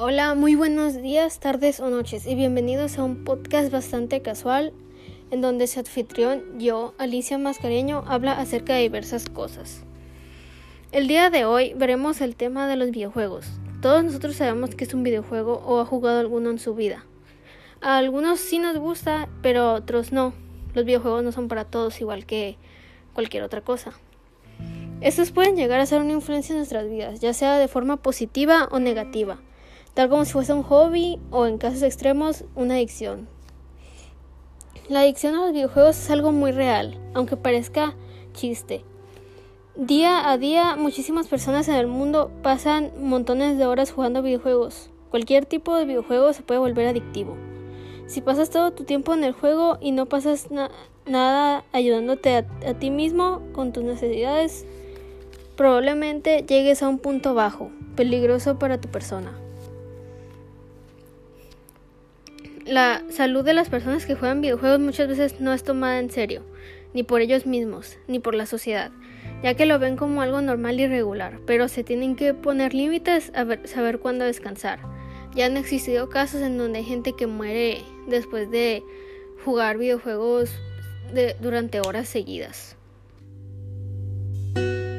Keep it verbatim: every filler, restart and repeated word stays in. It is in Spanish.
Hola, muy buenos días, tardes o noches y bienvenidos a un podcast bastante casual en donde su anfitrión, yo, Alicia Mascareño, habla acerca de diversas cosas. El día de hoy veremos el tema de los videojuegos. Todos nosotros sabemos que es un videojuego o ha jugado alguno en su vida. A algunos sí nos gusta, pero a otros no. Los videojuegos no son para todos igual que cualquier otra cosa. Estos pueden llegar a ser una influencia en nuestras vidas, ya sea de forma positiva o negativa, tal como si fuese un hobby o, en casos extremos, una adicción. La adicción a los videojuegos es algo muy real, aunque parezca chiste. Día a día, muchísimas personas en el mundo pasan montones de horas jugando videojuegos. Cualquier tipo de videojuego se puede volver adictivo. Si pasas todo tu tiempo en el juego y no pasas na- nada ayudándote a, a ti mismo con tus necesidades, probablemente llegues a un punto bajo, peligroso para tu persona. La salud de las personas que juegan videojuegos muchas veces no es tomada en serio, ni por ellos mismos, ni por la sociedad, ya que lo ven como algo normal y regular, pero se tienen que poner límites a ver, saber cuándo descansar. Ya han existido casos en donde hay gente que muere después de jugar videojuegos de, durante horas seguidas.